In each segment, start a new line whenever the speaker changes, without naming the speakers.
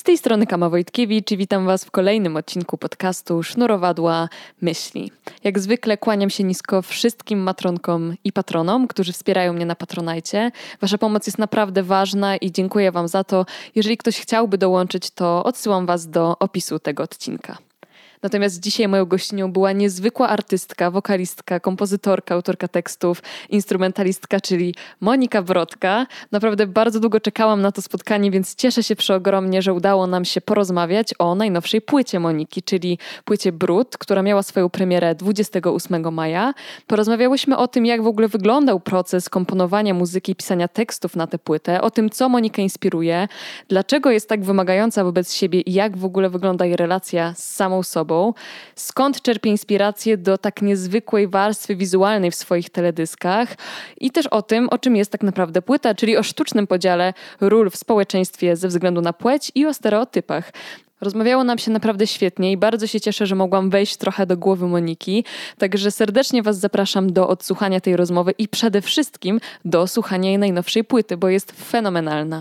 tej strony Kama Wojtkiewicz i witam Was w kolejnym odcinku podcastu Sznurowadła Myśli. Jak zwykle kłaniam się nisko wszystkim matronkom i patronom, którzy wspierają mnie na Patronajcie. Wasza pomoc jest naprawdę ważna i dziękuję Wam za to. Jeżeli ktoś chciałby dołączyć, to odsyłam Was do opisu tego odcinka. Natomiast dzisiaj moją gościnią była niezwykła artystka, wokalistka, kompozytorka, autorka tekstów, instrumentalistka, czyli Monika Brodka. Naprawdę bardzo długo czekałam na to spotkanie, więc cieszę się przeogromnie, że udało nam się porozmawiać o najnowszej płycie Moniki, czyli płycie Brud, która miała swoją premierę 28 maja. Porozmawiałyśmy o tym, jak w ogóle wyglądał proces komponowania muzyki i pisania tekstów na tę płytę, o tym, co Monikę inspiruje, dlaczego jest tak wymagająca wobec siebie i jak w ogóle wygląda jej relacja z samą sobą. Skąd czerpie inspirację do tak niezwykłej warstwy wizualnej w swoich teledyskach i też o tym, o czym jest tak naprawdę płyta, czyli o sztucznym podziale ról w społeczeństwie ze względu na płeć i o stereotypach. Rozmawiało nam się naprawdę świetnie i bardzo się cieszę, że mogłam wejść trochę do głowy Moniki, także serdecznie Was zapraszam do odsłuchania tej rozmowy i przede wszystkim do słuchania jej najnowszej płyty, bo jest fenomenalna.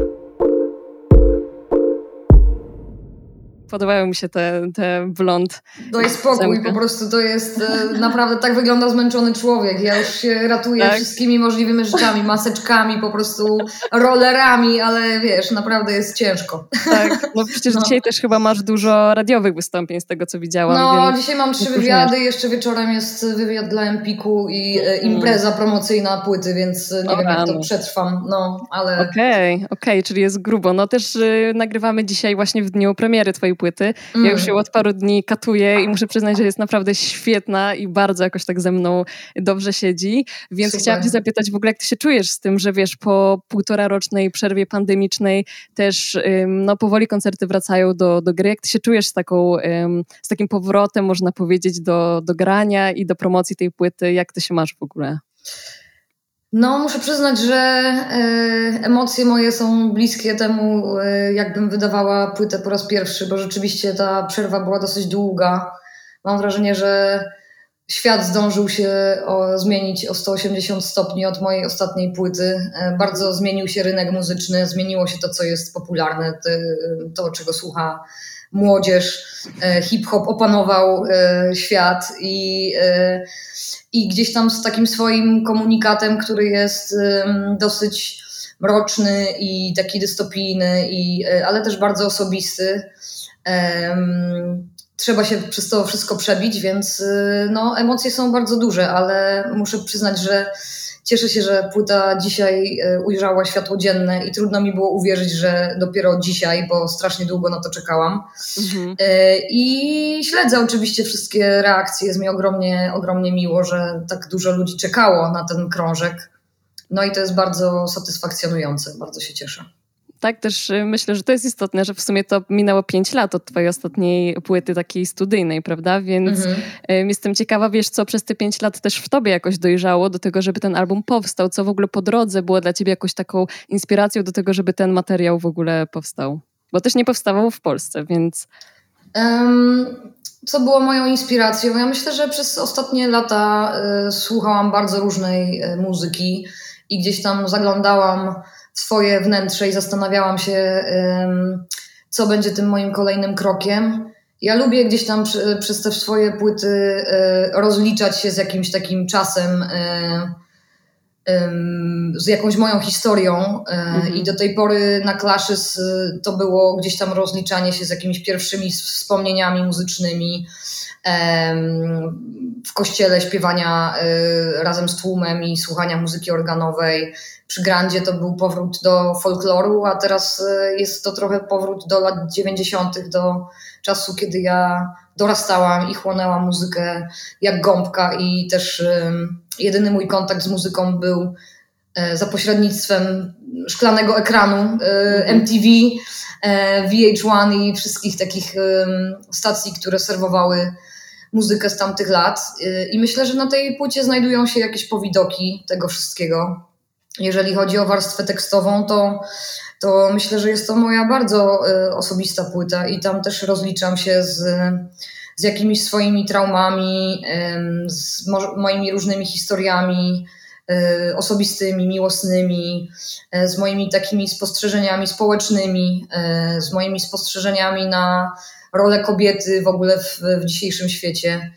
Podobają mi się te blond.
Daj spokój, po prostu to jest naprawdę, tak wygląda zmęczony człowiek. Ja już się ratuję wszystkimi możliwymi rzeczami, maseczkami, po prostu rollerami, ale wiesz, naprawdę jest ciężko.
Tak, no przecież dzisiaj też chyba masz dużo radiowych wystąpień z tego, co widziałam.
No, więc dzisiaj mam 3 wywiady, jeszcze wieczorem jest wywiad dla Empiku i impreza promocyjna płyty, więc nie wiem, jak to przetrwam, no, ale...
Okej, czyli jest grubo. No też nagrywamy dzisiaj właśnie w dniu premiery twojej płyty. Ja już ją od paru dni katuję i muszę przyznać, że jest naprawdę świetna i bardzo jakoś tak ze mną dobrze siedzi. Więc super. Chciałam cię zapytać w ogóle, jak ty się czujesz z tym, że wiesz, po 1,5-rocznej przerwie pandemicznej też powoli koncerty wracają do gry. Jak ty się czujesz z takim powrotem, można powiedzieć, do grania i do promocji tej płyty? Jak ty się masz w ogóle?
No, muszę przyznać, że emocje moje są bliskie temu, jakbym wydawała płytę po raz pierwszy, bo rzeczywiście ta przerwa była dosyć długa. Mam wrażenie, że świat zdążył się zmienić o 180 stopni od mojej ostatniej płyty. Bardzo zmienił się rynek muzyczny, zmieniło się to, co jest popularne, to czego słucha młodzież. Hip-hop opanował świat i gdzieś tam z takim swoim komunikatem, który jest dosyć mroczny i taki dystopijny, ale też bardzo osobisty. Trzeba się przez to wszystko przebić, więc no, emocje są bardzo duże, ale muszę przyznać, że cieszę się, że płyta dzisiaj ujrzała światło dzienne i trudno mi było uwierzyć, że dopiero dzisiaj, bo strasznie długo na to czekałam. I śledzę oczywiście wszystkie reakcje. Jest mi ogromnie miło, że tak dużo ludzi czekało na ten krążek. No i to jest bardzo satysfakcjonujące. Bardzo się cieszę.
Tak, też myślę, że to jest istotne, że w sumie to minęło 5 lat od twojej ostatniej płyty takiej studyjnej, prawda? Więc jestem ciekawa, wiesz, co przez te 5 lat też w tobie jakoś dojrzało do tego, żeby ten album powstał? Co w ogóle po drodze było dla ciebie jakąś taką inspiracją do tego, żeby ten materiał w ogóle powstał? Bo też nie powstawał w Polsce, więc...
Co było moją inspiracją? Ja myślę, że przez ostatnie lata słuchałam bardzo różnej muzyki i gdzieś tam zaglądałam w swoje wnętrze i zastanawiałam się, co będzie tym moim kolejnym krokiem. Ja lubię gdzieś tam przez te swoje płyty rozliczać się z jakimś takim czasem, z jakąś moją historią i do tej pory na Clashes to było gdzieś tam rozliczanie się z jakimiś pierwszymi wspomnieniami muzycznymi, w kościele śpiewania razem z tłumem i słuchania muzyki organowej. Przy Grandzie to był powrót do folkloru, a teraz jest to trochę powrót do lat 90., do czasu, kiedy ja dorastałam i chłonęłam muzykę jak gąbka i też jedyny mój kontakt z muzyką był za pośrednictwem szklanego ekranu MTV, VH1 i wszystkich takich stacji, które serwowały muzykę z tamtych lat. I myślę, że na tej płycie znajdują się jakieś powidoki tego wszystkiego. Jeżeli chodzi o warstwę tekstową, to myślę, że jest to moja bardzo osobista płyta i tam też rozliczam się z jakimiś swoimi traumami, z moimi różnymi historiami, osobistymi, miłosnymi, z moimi takimi spostrzeżeniami społecznymi, z moimi spostrzeżeniami na rolę kobiety w ogóle w dzisiejszym świecie.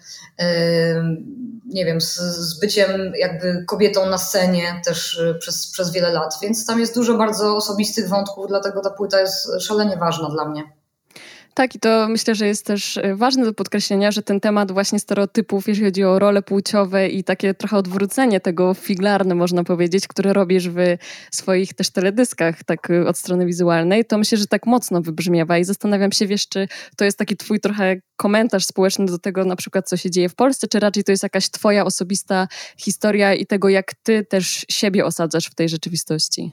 Nie wiem, z byciem jakby kobietą na scenie też przez wiele lat, więc tam jest dużo bardzo osobistych wątków, dlatego ta płyta jest szalenie ważna dla mnie.
Tak, i to myślę, że jest też ważne do podkreślenia, że ten temat właśnie stereotypów, jeśli chodzi o role płciowe i takie trochę odwrócenie tego figlarne, można powiedzieć, które robisz w swoich też teledyskach, tak od strony wizualnej, to myślę, że tak mocno wybrzmiewa i zastanawiam się, wiesz, czy to jest taki twój trochę komentarz społeczny do tego na przykład, co się dzieje w Polsce, czy raczej to jest jakaś twoja osobista historia i tego, jak ty też siebie osadzasz w tej rzeczywistości?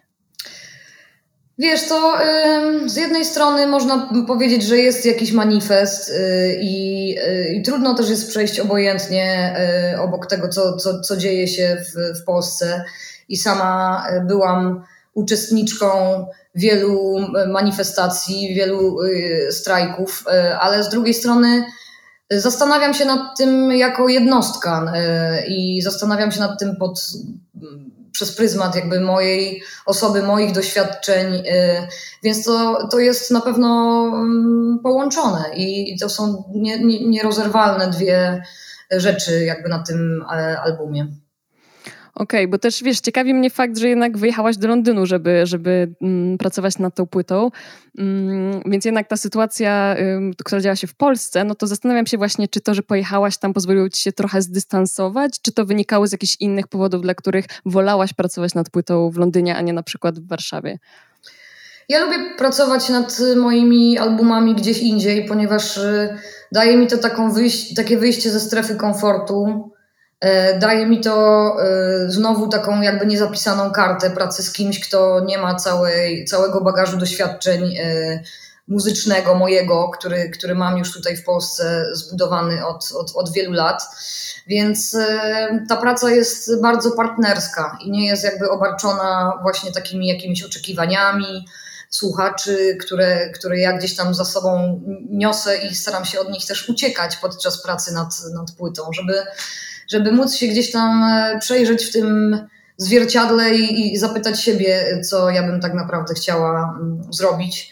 Wiesz, to z jednej strony można powiedzieć, że jest jakiś manifest i trudno też jest przejść obojętnie obok tego, co dzieje się w Polsce. I sama byłam uczestniczką wielu manifestacji, wielu strajków, ale z drugiej strony zastanawiam się nad tym jako jednostka i zastanawiam się nad tym przez pryzmat jakby mojej osoby, moich doświadczeń, więc to jest na pewno połączone i to są nierozerwalne dwie rzeczy jakby na tym albumie.
Okej, bo też wiesz, ciekawi mnie fakt, że jednak wyjechałaś do Londynu, żeby pracować nad tą płytą, więc jednak ta sytuacja, która działa się w Polsce, no to zastanawiam się właśnie, czy to, że pojechałaś tam pozwoliło ci się trochę zdystansować, czy to wynikało z jakichś innych powodów, dla których wolałaś pracować nad płytą w Londynie, a nie na przykład w Warszawie?
Ja lubię pracować nad moimi albumami gdzieś indziej, ponieważ daje mi to takie wyjście ze strefy komfortu. Daje mi to znowu taką jakby niezapisaną kartę pracy z kimś, kto nie ma całego bagażu doświadczeń muzycznego mojego, który mam już tutaj w Polsce zbudowany od wielu lat. Więc ta praca jest bardzo partnerska i nie jest jakby obarczona właśnie takimi jakimiś oczekiwaniami słuchaczy, które ja gdzieś tam za sobą niosę i staram się od nich też uciekać podczas pracy nad płytą, żeby móc się gdzieś tam przejrzeć w tym zwierciadle i zapytać siebie, co ja bym tak naprawdę chciała zrobić.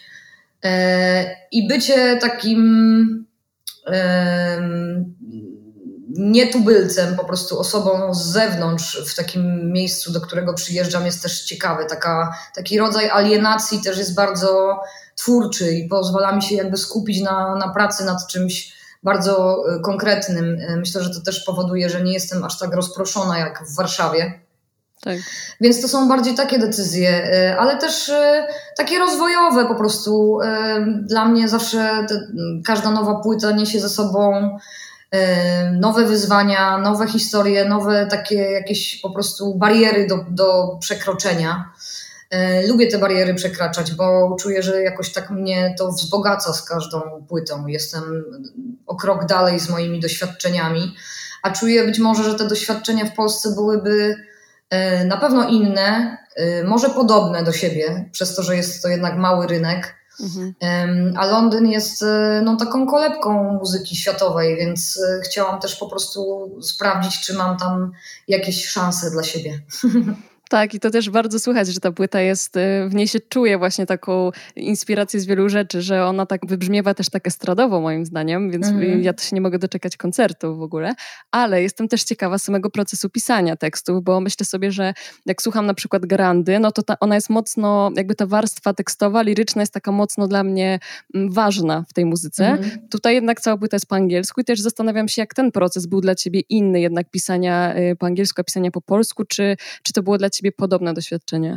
I bycie takim nietubylcem, po prostu osobą z zewnątrz w takim miejscu, do którego przyjeżdżam, jest też ciekawy. Taki rodzaj alienacji też jest bardzo twórczy i pozwala mi się jakby skupić na pracy nad czymś bardzo konkretnym. Myślę, że to też powoduje, że nie jestem aż tak rozproszona jak w Warszawie.
Tak.
Więc to są bardziej takie decyzje, ale też takie rozwojowe po prostu. Dla mnie zawsze każda nowa płyta niesie ze sobą nowe wyzwania, nowe historie, nowe takie jakieś po prostu bariery do przekroczenia. Lubię te bariery przekraczać, bo czuję, że jakoś tak mnie to wzbogaca z każdą płytą. Jestem o krok dalej z moimi doświadczeniami, a czuję być może, że te doświadczenia w Polsce byłyby na pewno inne, może podobne do siebie, przez to, że jest to jednak mały rynek. A Londyn jest taką kolebką muzyki światowej, więc chciałam też po prostu sprawdzić, czy mam tam jakieś szanse dla siebie.
Tak, i to też bardzo słychać, że ta płyta jest, w niej się czuje właśnie taką inspirację z wielu rzeczy, że ona tak wybrzmiewa też tak estradowo moim zdaniem, więc ja też nie mogę doczekać koncertu w ogóle, ale jestem też ciekawa samego procesu pisania tekstów, bo myślę sobie, że jak słucham na przykład Grandy, no to ona jest mocno, jakby ta warstwa tekstowa, liryczna jest taka mocno dla mnie ważna w tej muzyce. Tutaj jednak cała płyta jest po angielsku i też zastanawiam się, jak ten proces był dla ciebie inny, jednak pisania po angielsku, a pisania po polsku, czy to było dla ciebie podobne doświadczenie?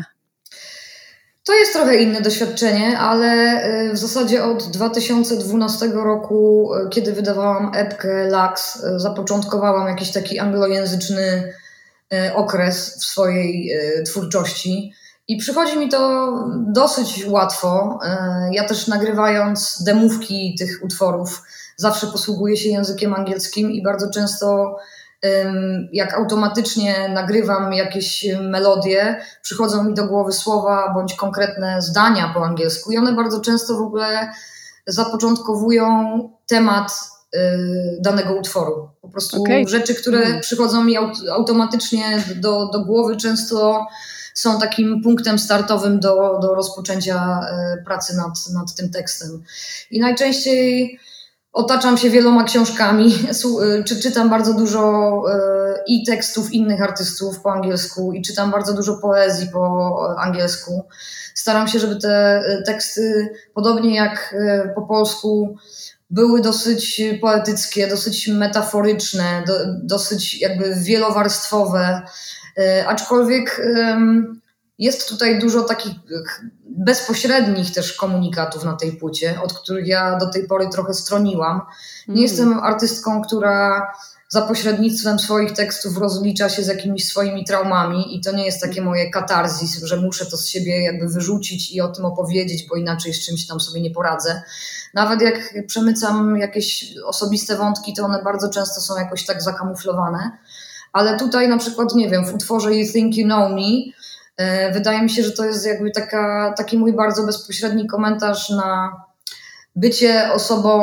To jest trochę inne doświadczenie, ale w zasadzie od 2012 roku, kiedy wydawałam epkę Lux, zapoczątkowałam jakiś taki anglojęzyczny okres w swojej twórczości i przychodzi mi to dosyć łatwo. Ja też nagrywając demówki tych utworów zawsze posługuję się językiem angielskim i bardzo często jak automatycznie nagrywam jakieś melodie, przychodzą mi do głowy słowa bądź konkretne zdania po angielsku i one bardzo często w ogóle zapoczątkowują temat danego utworu. Po prostu rzeczy, które przychodzą mi automatycznie do głowy, często są takim punktem startowym do rozpoczęcia pracy nad tym tekstem. I najczęściej otaczam się wieloma książkami, czytam bardzo dużo i tekstów innych artystów po angielsku i czytam bardzo dużo poezji po angielsku. Staram się, żeby te teksty, podobnie jak po polsku, były dosyć poetyckie, dosyć metaforyczne, dosyć jakby wielowarstwowe, aczkolwiek jest tutaj dużo takich bezpośrednich też komunikatów na tej płycie, od których ja do tej pory trochę stroniłam. Nie jestem artystką, która za pośrednictwem swoich tekstów rozlicza się z jakimiś swoimi traumami i to nie jest takie moje katarzis, że muszę to z siebie jakby wyrzucić i o tym opowiedzieć, bo inaczej z czymś tam sobie nie poradzę. Nawet jak przemycam jakieś osobiste wątki, to one bardzo często są jakoś tak zakamuflowane. Ale tutaj na przykład, nie wiem, w utworze You Think You Know Me wydaje mi się, że to jest jakby taki mój bardzo bezpośredni komentarz na bycie osobą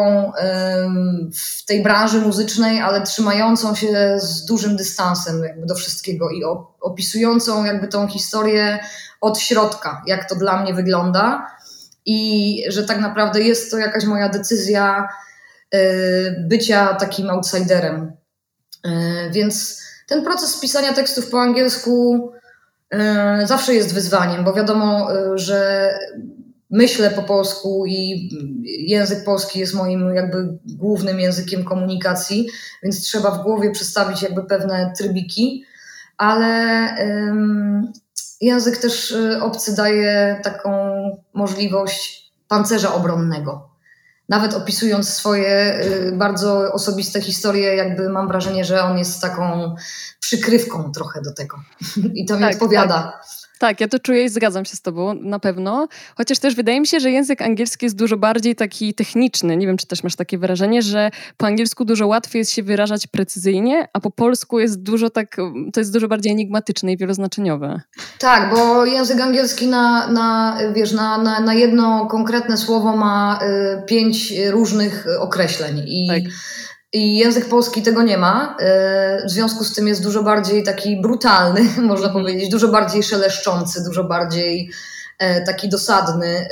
w tej branży muzycznej, ale trzymającą się z dużym dystansem jakby do wszystkiego i opisującą jakby tą historię od środka, jak to dla mnie wygląda i że tak naprawdę jest to jakaś moja decyzja bycia takim outsiderem. Więc ten proces pisania tekstów po angielsku zawsze jest wyzwaniem, bo wiadomo, że myślę po polsku i język polski jest moim jakby głównym językiem komunikacji, więc trzeba w głowie przestawić jakby pewne trybiki, ale język też obcy daje taką możliwość pancerza obronnego. Nawet opisując swoje bardzo osobiste historie, jakby mam wrażenie, że on jest taką przykrywką trochę do tego. I to mi odpowiada.
Tak, ja to czuję i zgadzam się z tobą, na pewno. Chociaż też wydaje mi się, że język angielski jest dużo bardziej taki techniczny. Nie wiem, czy też masz takie wrażenie, że po angielsku dużo łatwiej jest się wyrażać precyzyjnie, a po polsku jest to jest dużo bardziej enigmatyczne i wieloznaczeniowe.
Tak, bo język angielski na jedno konkretne słowo ma 5 różnych określeń. I język polski tego nie ma, w związku z tym jest dużo bardziej taki brutalny, można powiedzieć, dużo bardziej szeleszczący, dużo bardziej taki dosadny,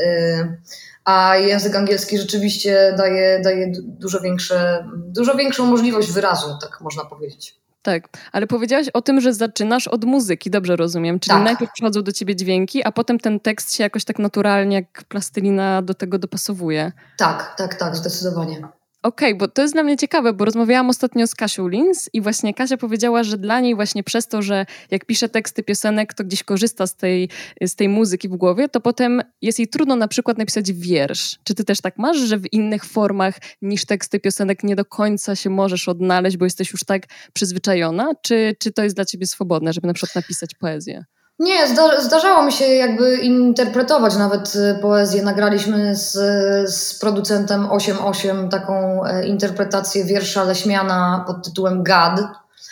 a język angielski rzeczywiście daje dużo większą możliwość wyrazu, tak można powiedzieć.
Tak, ale powiedziałaś o tym, że zaczynasz od muzyki, dobrze rozumiem, czyli najpierw przychodzą do ciebie dźwięki, a potem ten tekst się jakoś tak naturalnie, jak plastelina do tego dopasowuje.
Tak, zdecydowanie.
Okej, bo to jest dla mnie ciekawe, bo rozmawiałam ostatnio z Kasią Lins i właśnie Kasia powiedziała, że dla niej właśnie przez to, że jak pisze teksty piosenek, to gdzieś korzysta z tej muzyki w głowie, to potem jest jej trudno na przykład napisać wiersz. Czy ty też tak masz, że w innych formach niż teksty piosenek nie do końca się możesz odnaleźć, bo jesteś już tak przyzwyczajona? Czy to jest dla ciebie swobodne, żeby na przykład napisać poezję?
Nie, zdarzało mi się jakby interpretować nawet poezję. Nagraliśmy z producentem 8 taką interpretację wiersza Leśmiana pod tytułem God.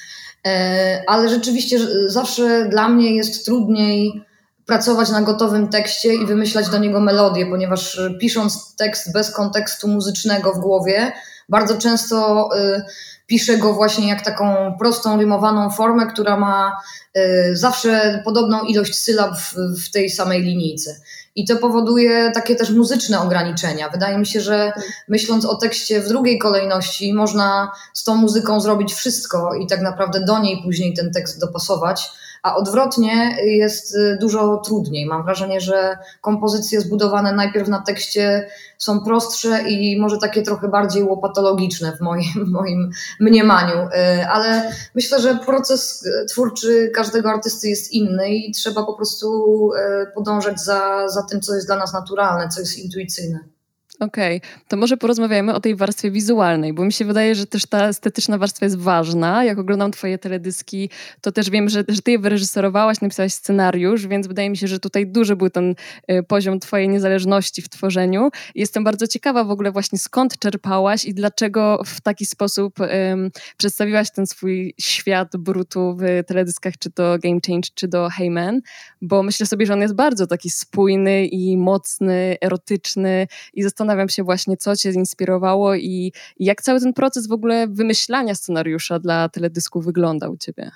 Ale rzeczywiście zawsze dla mnie jest trudniej pracować na gotowym tekście i wymyślać do niego melodię, ponieważ pisząc tekst bez kontekstu muzycznego w głowie, bardzo często piszę go właśnie jak taką prostą, rymowaną formę, która ma zawsze podobną ilość sylab w tej samej linijce. I to powoduje takie też muzyczne ograniczenia. Wydaje mi się, że myśląc o tekście w drugiej kolejności, można z tą muzyką zrobić wszystko i tak naprawdę do niej później ten tekst dopasować, a odwrotnie jest dużo trudniej. Mam wrażenie, że kompozycje zbudowane najpierw na tekście są prostsze i może takie trochę bardziej łopatologiczne w moim mniemaniu, ale myślę, że proces twórczy każdego artysty jest inny i trzeba po prostu podążać za tym, co jest dla nas naturalne, co jest intuicyjne.
Okej, to może porozmawiajmy o tej warstwie wizualnej, bo mi się wydaje, że też ta estetyczna warstwa jest ważna. Jak oglądam twoje teledyski, to też wiem, że ty je wyreżyserowałaś, napisałaś scenariusz, więc wydaje mi się, że tutaj duży był ten poziom twojej niezależności w tworzeniu. Jestem bardzo ciekawa w ogóle właśnie skąd czerpałaś i dlaczego w taki sposób przedstawiłaś ten swój świat brutu w teledyskach, czy to Game Change, czy do Hey Man, bo myślę sobie, że on jest bardzo taki spójny i mocny, erotyczny i zastanawiam zastanawiam się właśnie, co cię inspirowało i jak cały ten proces w ogóle wymyślania scenariusza dla teledysku wyglądał u ciebie.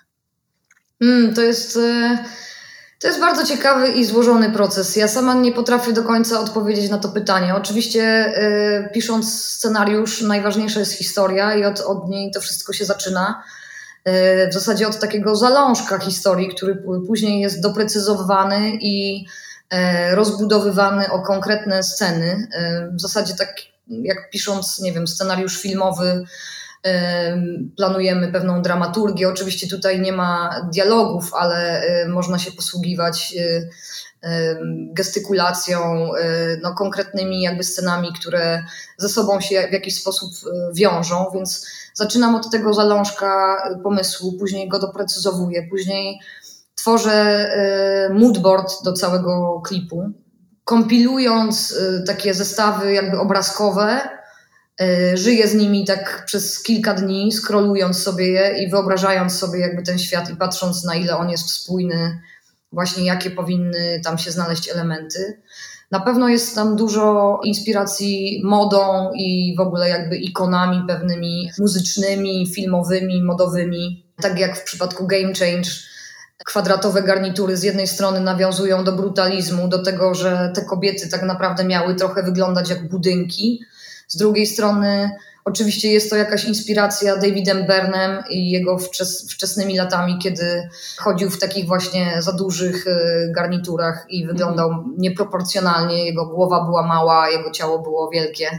To jest bardzo ciekawy i złożony proces. Ja sama nie potrafię do końca odpowiedzieć na to pytanie. Oczywiście pisząc scenariusz najważniejsza jest historia i od niej to wszystko się zaczyna. W zasadzie od takiego zalążka historii, który później jest doprecyzowany i rozbudowywany o konkretne sceny. W zasadzie tak jak pisząc, nie wiem, scenariusz filmowy, planujemy pewną dramaturgię. Oczywiście tutaj nie ma dialogów, ale można się posługiwać gestykulacją, konkretnymi jakby scenami, które ze sobą się w jakiś sposób wiążą, więc zaczynam od tego zalążka pomysłu, później go doprecyzowuję, później tworzę moodboard do całego klipu, kompilując takie zestawy jakby obrazkowe. Żyję z nimi tak przez kilka dni, scrollując sobie je i wyobrażając sobie jakby ten świat i patrząc, na ile on jest spójny, właśnie jakie powinny tam się znaleźć elementy. Na pewno jest tam dużo inspiracji modą i w ogóle jakby ikonami pewnymi muzycznymi, filmowymi, modowymi. Tak jak w przypadku Game Change, kwadratowe garnitury z jednej strony nawiązują do brutalizmu, do tego, że te kobiety tak naprawdę miały trochę wyglądać jak budynki. Z drugiej strony oczywiście jest to jakaś inspiracja Davidem Byrnem i jego wczesnymi latami, kiedy chodził w takich właśnie za dużych garniturach i wyglądał nieproporcjonalnie. Jego głowa była mała, jego ciało było wielkie.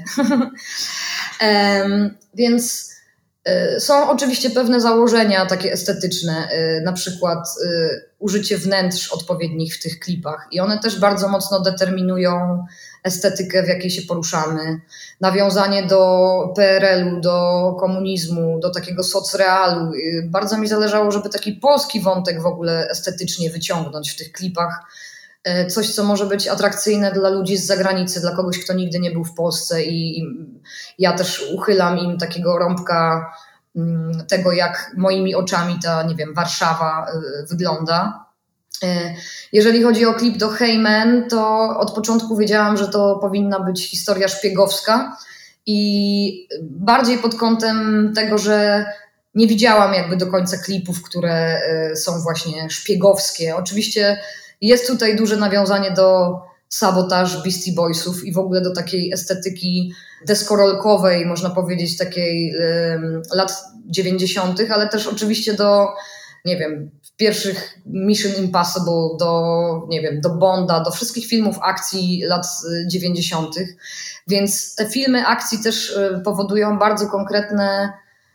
Więc są oczywiście pewne założenia takie estetyczne, na przykład użycie wnętrz odpowiednich w tych klipach i one też bardzo mocno determinują estetykę, w jakiej się poruszamy. Nawiązanie do PRL-u, do komunizmu, do takiego socrealu. Bardzo mi zależało, żeby taki polski wątek w ogóle estetycznie wyciągnąć w tych klipach. Coś, co może być atrakcyjne dla ludzi z zagranicy, dla kogoś, kto nigdy nie był w Polsce i ja też uchylam im takiego rąbka tego, jak moimi oczami ta, nie wiem, Warszawa wygląda. Jeżeli chodzi o klip do Hey Man, to od początku wiedziałam, że to powinna być historia szpiegowska i bardziej pod kątem tego, że nie widziałam jakby do końca klipów, które są właśnie szpiegowskie. Oczywiście jest tutaj duże nawiązanie do Sabotage, Beastie Boysów i w ogóle do takiej estetyki deskorolkowej, można powiedzieć, takiej lat 90., ale też oczywiście do, nie wiem, pierwszych Mission Impossible, do Bonda, do wszystkich filmów akcji lat 90. Więc te filmy akcji też powodują bardzo konkretne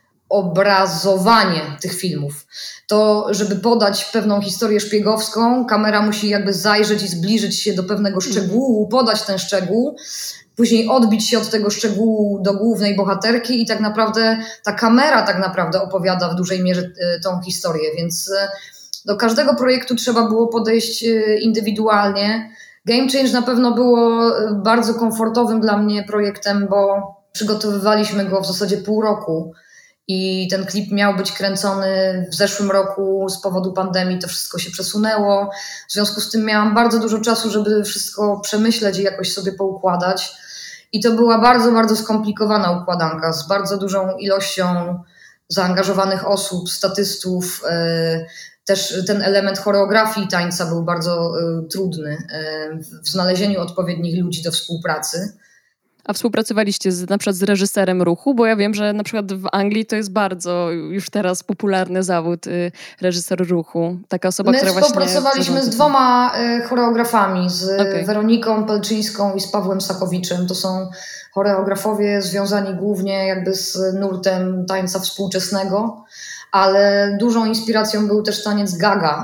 obrazowanie tych filmów. To, żeby podać pewną historię szpiegowską, kamera musi jakby zajrzeć i zbliżyć się do pewnego szczegółu, podać ten szczegół, później odbić się od tego szczegółu do głównej bohaterki i tak naprawdę ta kamera tak naprawdę opowiada w dużej mierze tą historię, więc do każdego projektu trzeba było podejść indywidualnie. Game Change na pewno było bardzo komfortowym dla mnie projektem, bo przygotowywaliśmy go w zasadzie pół roku i ten klip miał być kręcony w zeszłym roku. Z powodu pandemii to wszystko się przesunęło. W związku z tym miałam bardzo dużo czasu, żeby wszystko przemyśleć i jakoś sobie poukładać. I to była bardzo, bardzo skomplikowana układanka z bardzo dużą ilością zaangażowanych osób, statystów. Też ten element choreografii tańca był bardzo trudny w znalezieniu odpowiednich ludzi do współpracy.
A współpracowaliście na przykład z reżyserem ruchu? Bo ja wiem, że na przykład w Anglii to jest bardzo już teraz popularny zawód, reżyser ruchu. Taka osoba, która właśnie...
My współpracowaliśmy z dwoma choreografami, z Weroniką Pelczyńską i z Pawłem Sakowiczem. To są choreografowie związani głównie jakby z nurtem tańca współczesnego, ale dużą inspiracją był też taniec Gaga,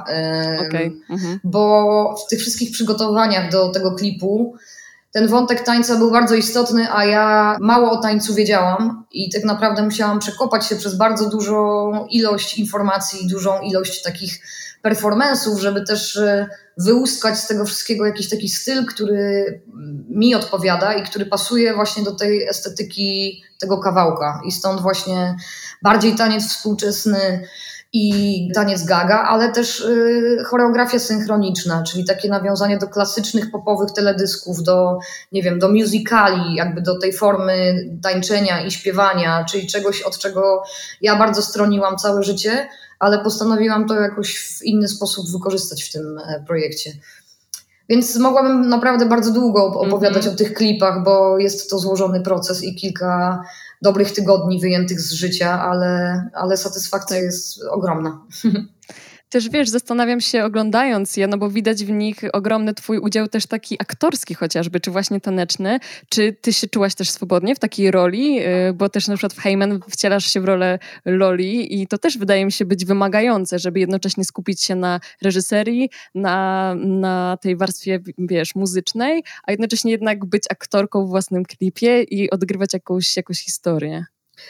bo w tych wszystkich przygotowaniach do tego klipu ten wątek tańca był bardzo istotny, a ja mało o tańcu wiedziałam i tak naprawdę musiałam przekopać się przez bardzo dużą ilość informacji, dużą ilość takich performance'ów, żeby też wyłuskać z tego wszystkiego jakiś taki styl, który mi odpowiada i który pasuje właśnie do tej estetyki tego kawałka. I stąd właśnie bardziej taniec współczesny, i taniec Gaga, ale też choreografia synchroniczna, czyli takie nawiązanie do klasycznych popowych teledysków, do musicali, jakby do tej formy tańczenia i śpiewania, czyli czegoś, od czego ja bardzo stroniłam całe życie, ale postanowiłam to jakoś w inny sposób wykorzystać w tym projekcie. Więc mogłabym naprawdę bardzo długo opowiadać o tych klipach, bo jest to złożony proces i kilka dobrych tygodni wyjętych z życia, ale satysfakcja jest ogromna.
Też wiesz, zastanawiam się oglądając je, no bo widać w nich ogromny twój udział też taki aktorski chociażby, czy właśnie taneczny. Czy ty się czułaś też swobodnie w takiej roli? Bo też na przykład w Heyman wcielasz się w rolę Loli i to też wydaje mi się być wymagające, żeby jednocześnie skupić się na reżyserii, na tej warstwie, wiesz, muzycznej, a jednocześnie jednak być aktorką w własnym klipie i odgrywać jakąś historię.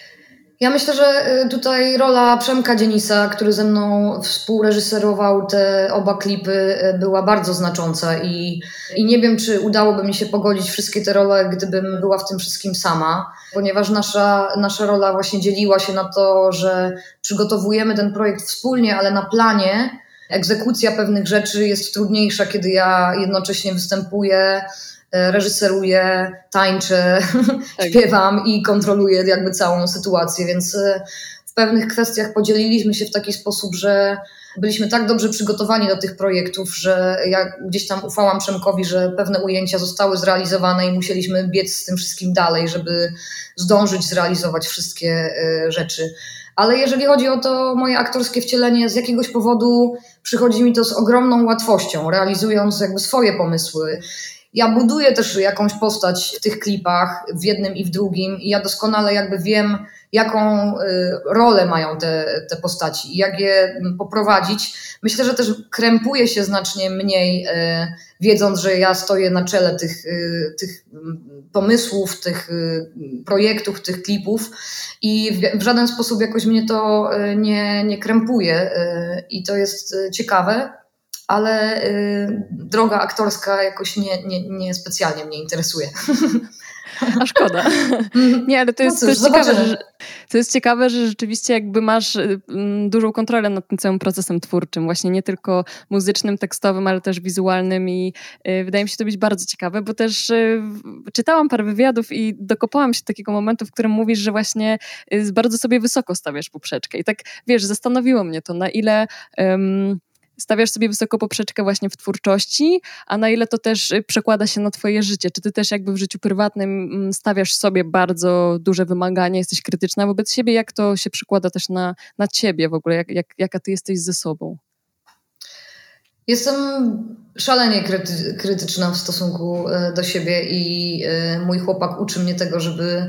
Ja myślę, że tutaj rola Przemka Dzienisa, który ze mną współreżyserował te oba klipy, była bardzo znacząca i nie wiem, czy udałoby mi się pogodzić wszystkie te role, gdybym była w tym wszystkim sama, ponieważ nasza rola właśnie dzieliła się na to, że przygotowujemy ten projekt wspólnie, ale na planie egzekucja pewnych rzeczy jest trudniejsza, kiedy ja jednocześnie występuję, reżyseruję, tańczę, śpiewam i kontroluję jakby całą sytuację, więc w pewnych kwestiach podzieliliśmy się w taki sposób, że byliśmy tak dobrze przygotowani do tych projektów, że ja gdzieś tam ufałam Przemkowi, że pewne ujęcia zostały zrealizowane i musieliśmy biec z tym wszystkim dalej, żeby zdążyć zrealizować wszystkie rzeczy. Ale jeżeli chodzi o to moje aktorskie wcielenie, z jakiegoś powodu przychodzi mi to z ogromną łatwością, realizując jakby swoje pomysły. Ja buduję też jakąś postać w tych klipach, w jednym i w drugim i ja doskonale jakby wiem, jaką rolę mają te postaci i jak je poprowadzić. Myślę, że też krępuję się znacznie mniej, wiedząc, że ja stoję na czele tych pomysłów, tych projektów, tych klipów i w żaden sposób jakoś mnie to nie krępuje i to jest ciekawe. Ale droga aktorska jakoś nie specjalnie mnie interesuje.
A szkoda. Nie, ale to jest ciekawe, że rzeczywiście jakby masz dużą kontrolę nad tym całym procesem twórczym, właśnie nie tylko muzycznym, tekstowym, ale też wizualnym i wydaje mi się to być bardzo ciekawe, bo też czytałam parę wywiadów i dokopałam się do takiego momentu, w którym mówisz, że właśnie bardzo sobie wysoko stawiasz poprzeczkę i tak, wiesz, zastanowiło mnie to, na ile stawiasz sobie wysoko poprzeczkę właśnie w twórczości, a na ile to też przekłada się na twoje życie? Czy ty też jakby w życiu prywatnym stawiasz sobie bardzo duże wymagania, jesteś krytyczna wobec siebie? Jak to się przekłada też na ciebie w ogóle? Jaka ty jesteś ze sobą?
Jestem szalenie krytyczna w stosunku do siebie i mój chłopak uczy mnie tego,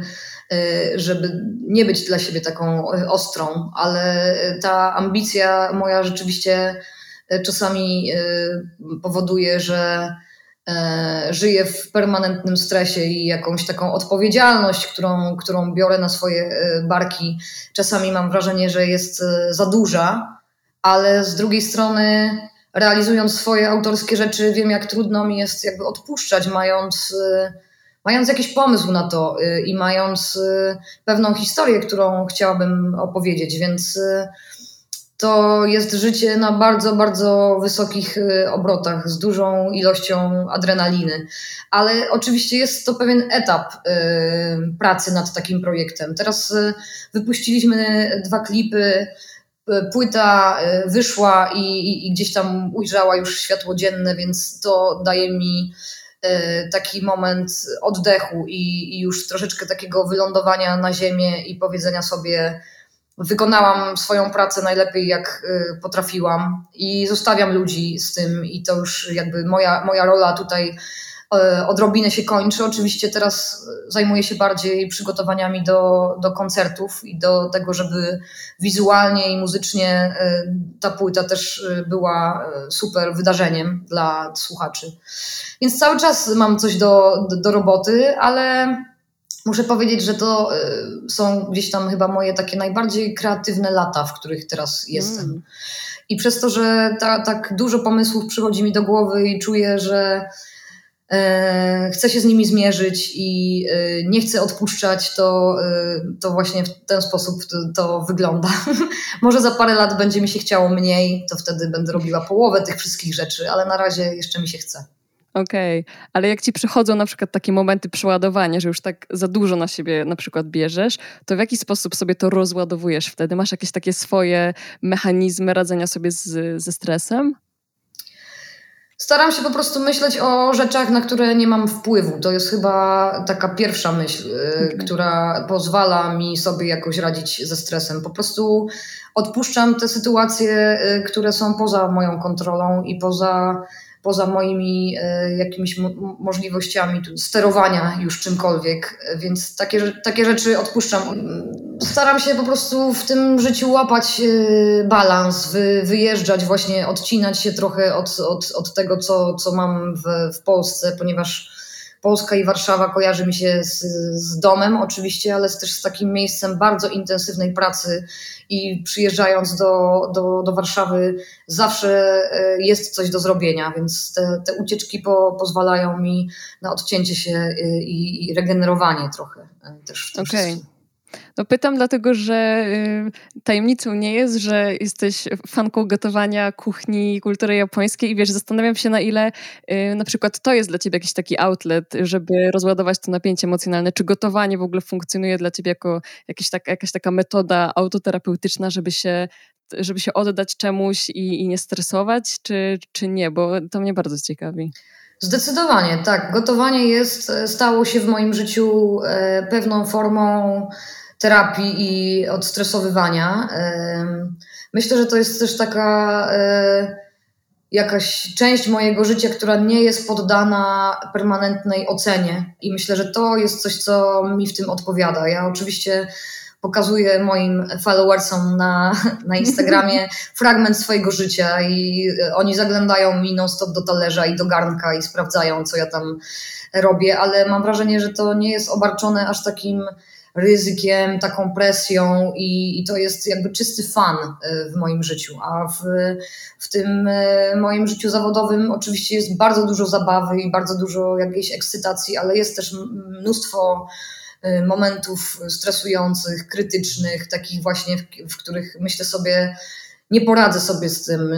żeby nie być dla siebie taką ostrą, ale ta ambicja moja rzeczywiście czasami powoduje, że żyję w permanentnym stresie i jakąś taką odpowiedzialność, którą biorę na swoje barki. Czasami mam wrażenie, że jest za duża, ale z drugiej strony realizując swoje autorskie rzeczy wiem, jak trudno mi jest jakby odpuszczać, mając jakiś pomysł na to i mając pewną historię, którą chciałabym opowiedzieć, więc to jest życie na bardzo, bardzo wysokich obrotach, z dużą ilością adrenaliny. Ale oczywiście jest to pewien etap pracy nad takim projektem. Teraz wypuściliśmy 2 klipy, płyta wyszła i gdzieś tam ujrzała już światło dzienne, więc to daje mi taki moment oddechu i już troszeczkę takiego wylądowania na ziemię i powiedzenia sobie: wykonałam swoją pracę najlepiej, jak potrafiłam i zostawiam ludzi z tym i to już jakby moja rola tutaj odrobinę się kończy. Oczywiście teraz zajmuję się bardziej przygotowaniami do koncertów i do tego, żeby wizualnie i muzycznie ta płyta też była super wydarzeniem dla słuchaczy. Więc cały czas mam coś do roboty, ale muszę powiedzieć, że to są gdzieś tam chyba moje takie najbardziej kreatywne lata, w których teraz jestem. I przez to, że tak dużo pomysłów przychodzi mi do głowy i czuję, że chcę się z nimi zmierzyć i nie chcę odpuszczać, to właśnie w ten sposób to wygląda. Może za parę lat będzie mi się chciało mniej, to wtedy będę robiła połowę tych wszystkich rzeczy, ale na razie jeszcze mi się chce.
Okej, ale jak ci przychodzą na przykład takie momenty przeładowania, że już tak za dużo na siebie na przykład bierzesz, to w jaki sposób sobie to rozładowujesz wtedy? Masz jakieś takie swoje mechanizmy radzenia sobie ze stresem?
Staram się po prostu myśleć o rzeczach, na które nie mam wpływu. To jest chyba taka pierwsza myśl, która pozwala mi sobie jakoś radzić ze stresem. Po prostu odpuszczam te sytuacje, które są poza moją kontrolą i poza moimi jakimiś możliwościami sterowania już czymkolwiek, więc takie rzeczy odpuszczam. Staram się po prostu w tym życiu łapać balans, wyjeżdżać właśnie, odcinać się trochę od tego, co mam w Polsce, ponieważ Polska i Warszawa kojarzy mi się z domem oczywiście, ale też z takim miejscem bardzo intensywnej pracy i przyjeżdżając do Warszawy zawsze jest coś do zrobienia, więc te ucieczki pozwalają mi na odcięcie się i regenerowanie trochę też w tym wszystkim.
No pytam dlatego, że tajemnicą nie jest, że jesteś fanką gotowania, kuchni, kultury japońskiej i wiesz, zastanawiam się na ile na przykład to jest dla ciebie jakiś taki outlet, żeby rozładować to napięcie emocjonalne. Czy gotowanie w ogóle funkcjonuje dla ciebie jako jakaś taka metoda autoterapeutyczna, żeby się oddać czemuś i nie stresować, czy nie? Bo to mnie bardzo ciekawi.
Zdecydowanie, tak. Gotowanie stało się w moim życiu pewną formą terapii i odstresowywania. Myślę, że to jest też taka jakaś część mojego życia, która nie jest poddana permanentnej ocenie i myślę, że to jest coś, co mi w tym odpowiada. Ja oczywiście pokazuję moim followersom na Instagramie fragment swojego życia i oni zaglądają mi non-stop do talerza i do garnka i sprawdzają, co ja tam robię, ale mam wrażenie, że to nie jest obarczone aż takim ryzykiem, taką presją i to jest jakby czysty fan w moim życiu, a w tym moim życiu zawodowym oczywiście jest bardzo dużo zabawy i bardzo dużo jakiejś ekscytacji, ale jest też mnóstwo momentów stresujących, krytycznych, takich właśnie, w których myślę sobie, nie poradzę sobie z tym,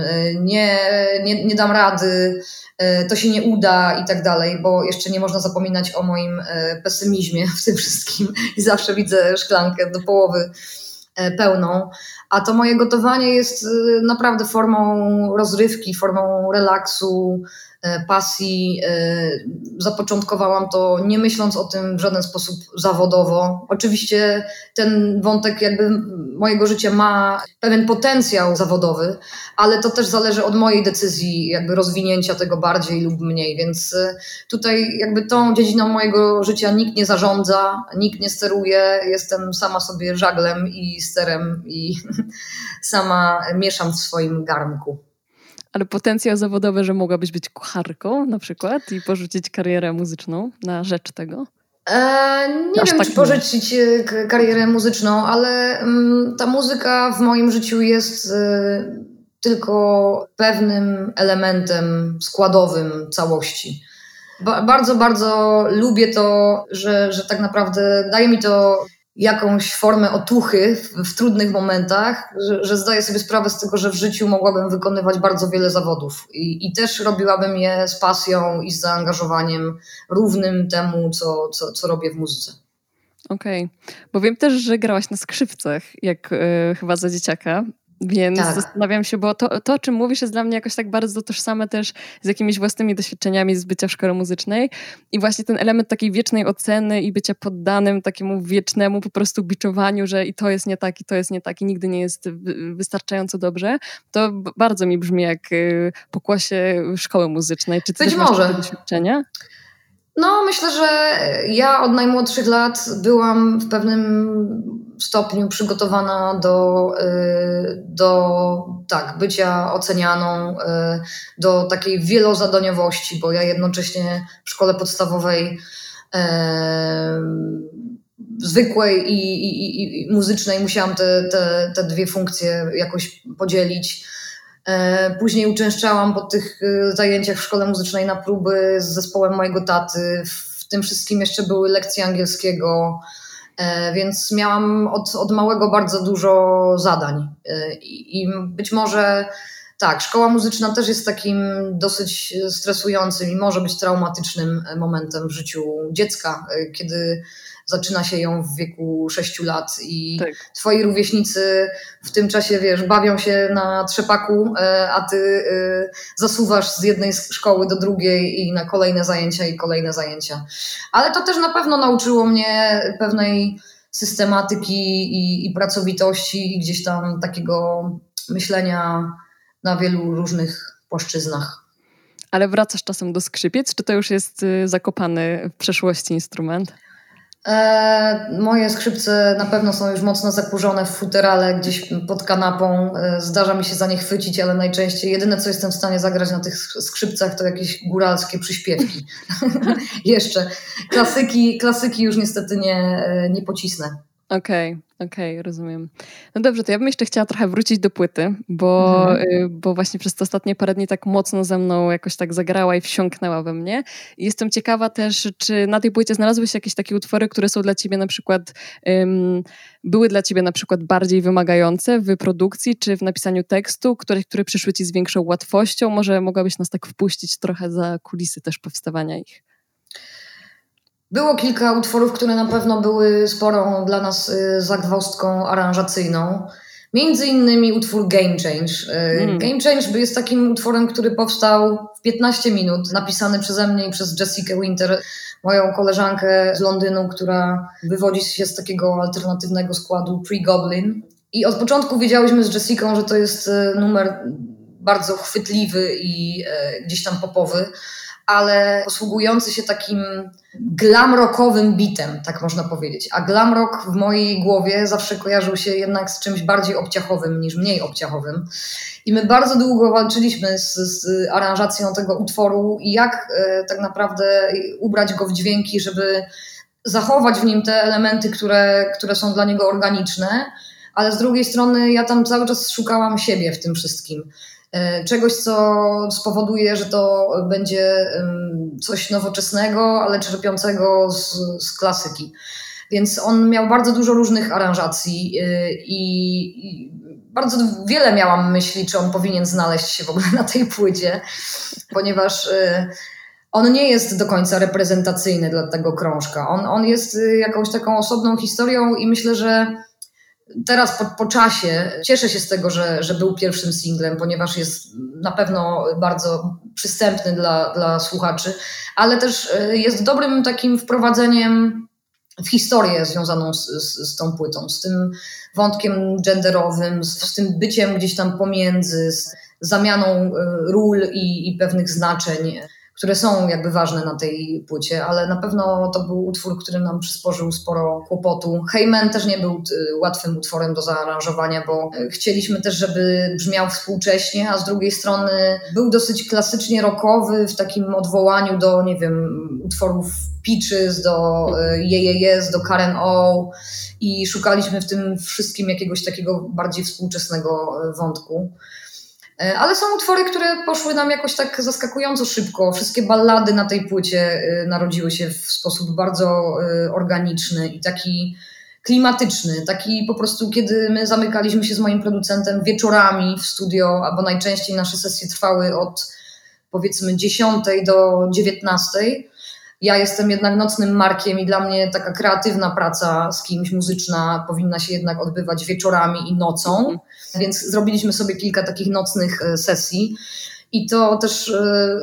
nie dam rady, to się nie uda i tak dalej, bo jeszcze nie można zapominać o moim pesymizmie w tym wszystkim i zawsze widzę szklankę do połowy pełną, a to moje gotowanie jest naprawdę formą rozrywki, formą relaksu, pasji. Zapoczątkowałam to nie myśląc o tym w żaden sposób zawodowo. Oczywiście ten wątek jakby mojego życia ma pewien potencjał zawodowy, ale to też zależy od mojej decyzji jakby rozwinięcia tego bardziej lub mniej, więc tutaj jakby tą dziedziną mojego życia nikt nie zarządza, nikt nie steruje, jestem sama sobie żaglem i sterem i sama mieszam w swoim garnku.
Ale potencjał zawodowy, że mogłabyś być kucharką na przykład i porzucić karierę muzyczną na rzecz tego?
Nie wiem, czy porzucić karierę muzyczną, ale ta muzyka w moim życiu jest tylko pewnym elementem składowym całości. Bardzo, bardzo lubię to, że tak naprawdę daje mi to jakąś formę otuchy w trudnych momentach, że zdaję sobie sprawę z tego, że w życiu mogłabym wykonywać bardzo wiele zawodów i też robiłabym je z pasją i z zaangażowaniem równym temu, co robię w muzyce.
Okej, bo wiem też, że grałaś na skrzypcach, jak chyba za dzieciaka. Więc zastanawiam się, bo to, o czym mówisz, jest dla mnie jakoś tak bardzo tożsame też z jakimiś własnymi doświadczeniami z bycia w szkole muzycznej i właśnie ten element takiej wiecznej oceny i bycia poddanym takiemu wiecznemu po prostu biczowaniu, że i to jest nie tak, i to jest nie tak, i nigdy nie jest wystarczająco dobrze, to bardzo mi brzmi jak pokłosie szkoły muzycznej. Czy ty też masz takie doświadczenia?
No, myślę, że ja od najmłodszych lat byłam w pewnym stopniu przygotowana do bycia ocenianą, do takiej wielozadaniowości, bo ja jednocześnie w szkole podstawowej zwykłej i muzycznej musiałam te dwie funkcje jakoś podzielić. Później uczęszczałam po tych zajęciach w szkole muzycznej na próby z zespołem mojego taty. W tym wszystkim jeszcze były lekcje angielskiego, więc miałam od małego bardzo dużo zadań. I być może tak, szkoła muzyczna też jest takim dosyć stresującym i może być traumatycznym momentem w życiu dziecka, kiedy zaczyna się ją w wieku 6 lat i tak. Twoi rówieśnicy w tym czasie, wiesz, bawią się na trzepaku, a ty zasuwasz z jednej szkoły do drugiej i na kolejne zajęcia i kolejne zajęcia. Ale to też na pewno nauczyło mnie pewnej systematyki i pracowitości i gdzieś tam takiego myślenia na wielu różnych płaszczyznach.
Ale wracasz czasem do skrzypiec, czy to już jest zakopany w przeszłości instrument?
Moje skrzypce na pewno są już mocno zakurzone w futerale gdzieś pod kanapą. Zdarza mi się za nie chwycić, ale najczęściej jedyne, co jestem w stanie zagrać na tych skrzypcach, to jakieś góralskie przyśpiewki. Jeszcze. Klasyki już niestety nie pocisnę.
Okej, rozumiem. No dobrze, to ja bym jeszcze chciała trochę wrócić do płyty, bo właśnie przez te ostatnie parę dni tak mocno ze mną jakoś tak zagrała i wsiąknęła we mnie. I jestem ciekawa też, czy na tej płycie znalazły się jakieś takie utwory, które są dla ciebie na przykład, były dla ciebie na przykład bardziej wymagające w produkcji, czy w napisaniu tekstu, które przyszły ci z większą łatwością? Może mogłabyś nas tak wpuścić trochę za kulisy też powstawania ich?
Było kilka utworów, które na pewno były sporą dla nas zagwozdką aranżacyjną. Między innymi utwór Game Change. Game Change jest takim utworem, który powstał w 15 minut, napisany przeze mnie i przez Jessica Winter, moją koleżankę z Londynu, która wywodzi się z takiego alternatywnego składu Pre-Goblin. I od początku wiedziałyśmy z Jessicą, że to jest numer bardzo chwytliwy i gdzieś tam popowy, ale posługujący się takim glam rockowym bitem, tak można powiedzieć. A glam rock w mojej głowie zawsze kojarzył się jednak z czymś bardziej obciachowym niż mniej obciachowym. I my bardzo długo walczyliśmy z aranżacją tego utworu i jak tak naprawdę ubrać go w dźwięki, żeby zachować w nim te elementy, które są dla niego organiczne, ale z drugiej strony ja tam cały czas szukałam siebie w tym wszystkim. Czegoś, co spowoduje, że to będzie coś nowoczesnego, ale czerpiącego z klasyki. Więc on miał bardzo dużo różnych aranżacji i bardzo wiele miałam myśli, czy on powinien znaleźć się w ogóle na tej płycie, ponieważ on nie jest do końca reprezentacyjny dla tego krążka. On jest jakąś taką osobną historią i myślę, że teraz po czasie cieszę się z tego, że był pierwszym singlem, ponieważ jest na pewno bardzo przystępny dla słuchaczy, ale też jest dobrym takim wprowadzeniem w historię związaną z tą płytą, z tym wątkiem genderowym, z tym byciem gdzieś tam pomiędzy, z zamianą ról i pewnych znaczeń, które są jakby ważne na tej płycie, ale na pewno to był utwór, który nam przysporzył sporo kłopotu. Hey Man też nie był łatwym utworem do zaaranżowania, bo chcieliśmy też, żeby brzmiał współcześnie, a z drugiej strony był dosyć klasycznie rockowy w takim odwołaniu do, nie wiem, utworów Peaches, do Yes, do Karen O i szukaliśmy w tym wszystkim jakiegoś takiego bardziej współczesnego wątku. Ale są utwory, które poszły nam jakoś tak zaskakująco szybko. Wszystkie ballady na tej płycie narodziły się w sposób bardzo organiczny i taki klimatyczny. Taki po prostu, kiedy my zamykaliśmy się z moim producentem wieczorami w studio, albo najczęściej nasze sesje trwały od powiedzmy 10 do 19. Ja jestem jednak nocnym markiem i dla mnie taka kreatywna praca z kimś muzyczna powinna się jednak odbywać wieczorami i nocą, więc zrobiliśmy sobie kilka takich nocnych sesji i to też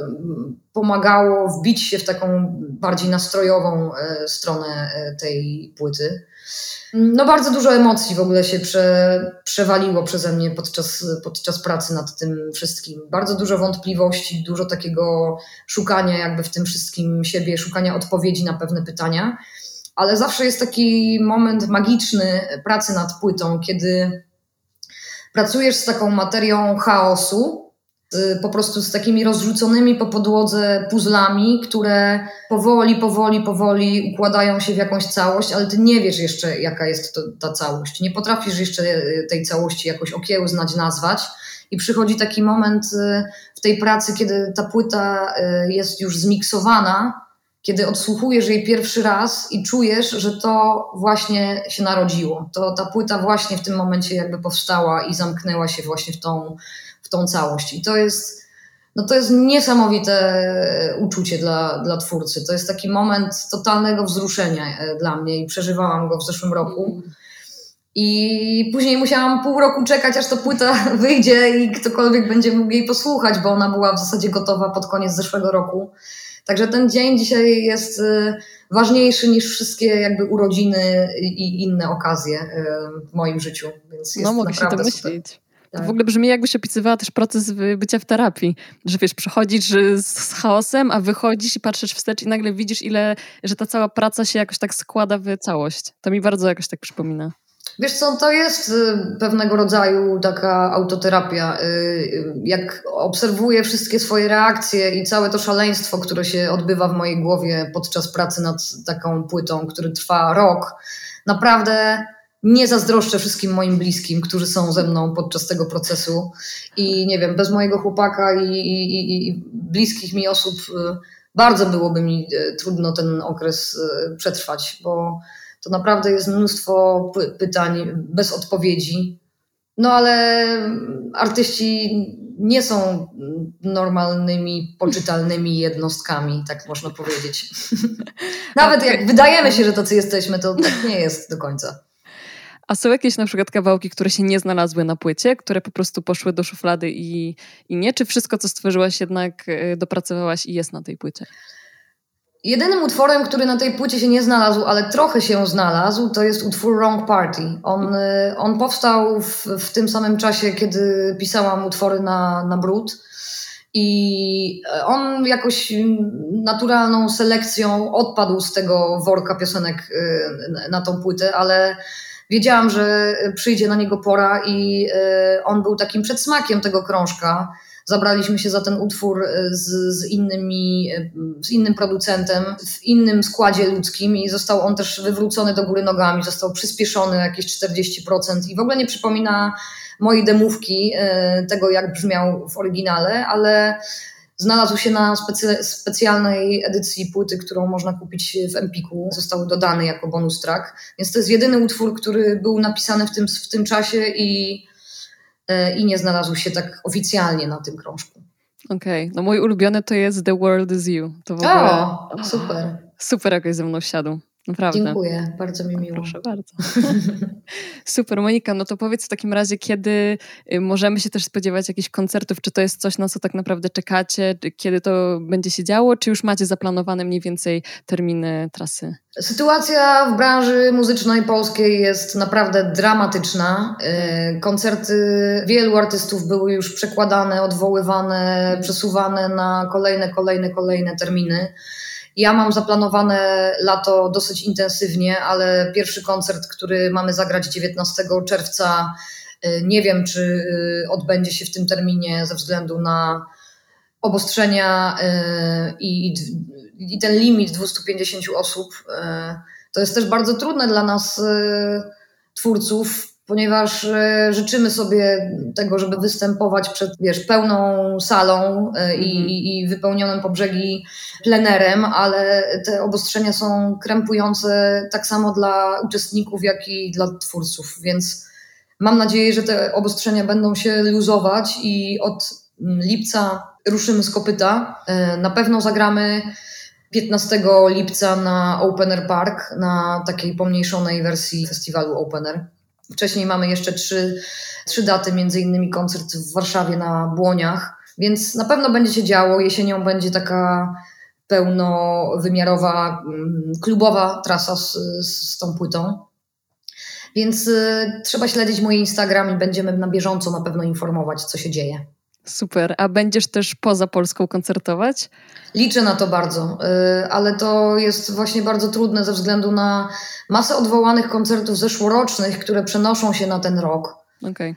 pomagało wbić się w taką bardziej nastrojową stronę tej płyty. No bardzo dużo emocji w ogóle się przewaliło przeze mnie podczas pracy nad tym wszystkim. Bardzo dużo wątpliwości, dużo takiego szukania jakby w tym wszystkim siebie, szukania odpowiedzi na pewne pytania. Ale zawsze jest taki moment magiczny pracy nad płytą, kiedy pracujesz z taką materią chaosu, po prostu z takimi rozrzuconymi po podłodze puzzlami, które powoli układają się w jakąś całość, ale ty nie wiesz jeszcze, jaka jest ta całość. Nie potrafisz jeszcze tej całości jakoś okiełznać, nazwać i przychodzi taki moment w tej pracy, kiedy ta płyta jest już zmiksowana, kiedy odsłuchujesz jej pierwszy raz i czujesz, że to właśnie się narodziło. To ta płyta właśnie w tym momencie jakby powstała i zamknęła się właśnie w tą całość. I to jest niesamowite uczucie dla twórcy. To jest taki moment totalnego wzruszenia dla mnie i przeżywałam go w zeszłym roku. I później musiałam pół roku czekać, aż ta płyta wyjdzie i ktokolwiek będzie mógł jej posłuchać, bo ona była w zasadzie gotowa pod koniec zeszłego roku. Także ten dzień dzisiaj jest ważniejszy niż wszystkie jakby urodziny i inne okazje w moim życiu. Więc jest
mogę się
naprawdę
domyślić.
super.
To w ogóle brzmi, jakbyś opisywała też proces bycia w terapii. Że wiesz, przychodzisz z chaosem, a wychodzisz i patrzysz wstecz i nagle widzisz, że ta cała praca się jakoś tak składa w całość. To mi bardzo jakoś tak przypomina.
Wiesz co, to jest pewnego rodzaju taka autoterapia. Jak obserwuję wszystkie swoje reakcje i całe to szaleństwo, które się odbywa w mojej głowie podczas pracy nad taką płytą, który trwa rok, naprawdę nie zazdroszczę wszystkim moim bliskim, którzy są ze mną podczas tego procesu. I nie wiem, bez mojego chłopaka i bliskich mi osób bardzo byłoby mi trudno ten okres przetrwać, bo to naprawdę jest mnóstwo pytań bez odpowiedzi. No ale artyści nie są normalnymi, poczytalnymi jednostkami, tak można powiedzieć. Nawet jak wydajemy się, że tacy jesteśmy, to tak nie jest do końca.
A są jakieś na przykład kawałki, które się nie znalazły na płycie, które po prostu poszły do szuflady i nie? Czy wszystko, co stworzyłaś, jednak dopracowałaś i jest na tej płycie?
Jedynym utworem, który na tej płycie się nie znalazł, ale trochę się znalazł, to jest utwór Wrong Party. On powstał w tym samym czasie, kiedy pisałam utwory na Brud. I on jakoś naturalną selekcją odpadł z tego worka piosenek na tą płytę, ale wiedziałam, że przyjdzie na niego pora i on był takim przedsmakiem tego krążka. Zabraliśmy się za ten utwór z innym producentem, w innym składzie ludzkim i został on też wywrócony do góry nogami, został przyspieszony o jakieś 40% i w ogóle nie przypomina mojej demówki, tego jak brzmiał w oryginale, ale znalazł się na specjalnej edycji płyty, którą można kupić w Empiku. Został dodany jako bonus track, więc to jest jedyny utwór, który był napisany w tym czasie i nie znalazł się tak oficjalnie na tym krążku.
Okej. No mój ulubiony to jest The World Is You. To w ogóle...
O, super.
Super jakoś ze mną siadł. Naprawdę.
Dziękuję, bardzo mi miło.
Proszę bardzo. Super, Monika, no to powiedz w takim razie, kiedy możemy się też spodziewać jakichś koncertów, czy to jest coś, na co tak naprawdę czekacie, kiedy to będzie się działo, czy już macie zaplanowane mniej więcej terminy trasy? Sytuacja w branży muzycznej polskiej jest naprawdę dramatyczna. Koncerty wielu artystów były już przekładane, odwoływane, przesuwane na kolejne terminy. Ja mam zaplanowane lato dosyć intensywnie, ale pierwszy koncert, który mamy zagrać 19 czerwca, nie wiem, czy odbędzie się w tym terminie ze względu na obostrzenia i ten limit 250 osób. To jest też bardzo trudne dla nas, twórców, ponieważ życzymy sobie tego, żeby występować przed, pełną salą i wypełnionym po brzegi plenerem, ale te obostrzenia są krępujące tak samo dla uczestników, jak i dla twórców, więc mam nadzieję, że te obostrzenia będą się luzować i od lipca ruszymy z kopyta. Na pewno zagramy 15 lipca na Open Air Park, na takiej pomniejszonej wersji festiwalu Open Air. Wcześniej mamy jeszcze trzy daty, między innymi koncert w Warszawie na Błoniach, więc na pewno będzie się działo. Jesienią będzie taka pełnowymiarowa, klubowa trasa z tą płytą. Więc trzeba śledzić mój Instagram i będziemy na bieżąco na pewno informować, co się dzieje. Super. A będziesz też poza Polską koncertować? Liczę na to bardzo, ale to jest właśnie bardzo trudne ze względu na masę odwołanych koncertów zeszłorocznych, które przenoszą się na ten rok. Okay.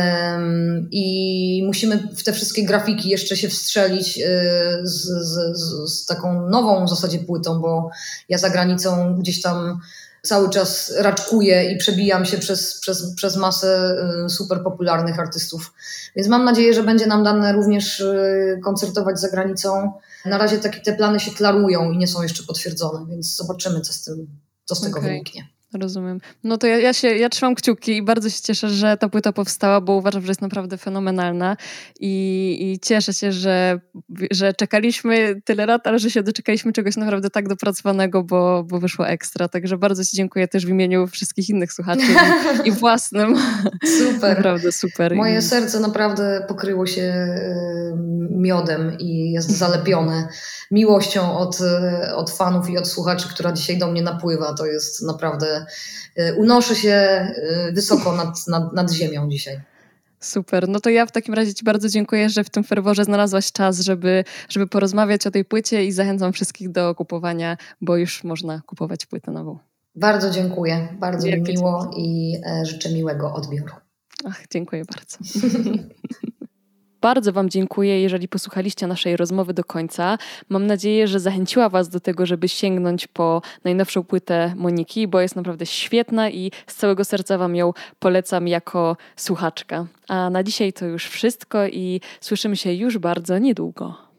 I musimy w te wszystkie grafiki jeszcze się wstrzelić z taką nową w zasadzie płytą, bo ja za granicą gdzieś tam
cały czas raczkuję i przebijam się przez masę super popularnych artystów. Więc mam nadzieję, że będzie nam dane również koncertować za granicą. Na razie te plany się klarują i nie są jeszcze potwierdzone, więc zobaczymy, co z tego wyniknie.
Rozumiem. No to ja trzymam kciuki i bardzo się cieszę, że ta płyta powstała, bo uważam, że jest naprawdę fenomenalna i cieszę się, że czekaliśmy tyle lat, ale że się doczekaliśmy czegoś naprawdę tak dopracowanego, bo wyszło ekstra. Także bardzo Ci dziękuję też w imieniu wszystkich innych słuchaczy i własnym.
Super.
Naprawdę super.
Moje serce naprawdę pokryło się miodem i jest zalepione miłością od fanów i od słuchaczy, która dzisiaj do mnie napływa. To jest naprawdę, unoszę się wysoko nad ziemią dzisiaj.
Super. No to ja w takim razie Ci bardzo dziękuję, że w tym ferworze znalazłaś czas, żeby porozmawiać o tej płycie i zachęcam wszystkich do kupowania, bo już można kupować płytę nową.
Bardzo dziękuję. Bardzo mi miło i życzę miłego odbioru.
Dziękuję bardzo. Bardzo Wam dziękuję, jeżeli posłuchaliście naszej rozmowy do końca. Mam nadzieję, że zachęciła Was do tego, żeby sięgnąć po najnowszą płytę Moniki, bo jest naprawdę świetna i z całego serca Wam ją polecam jako słuchaczka. A na dzisiaj to już wszystko i słyszymy się już bardzo niedługo.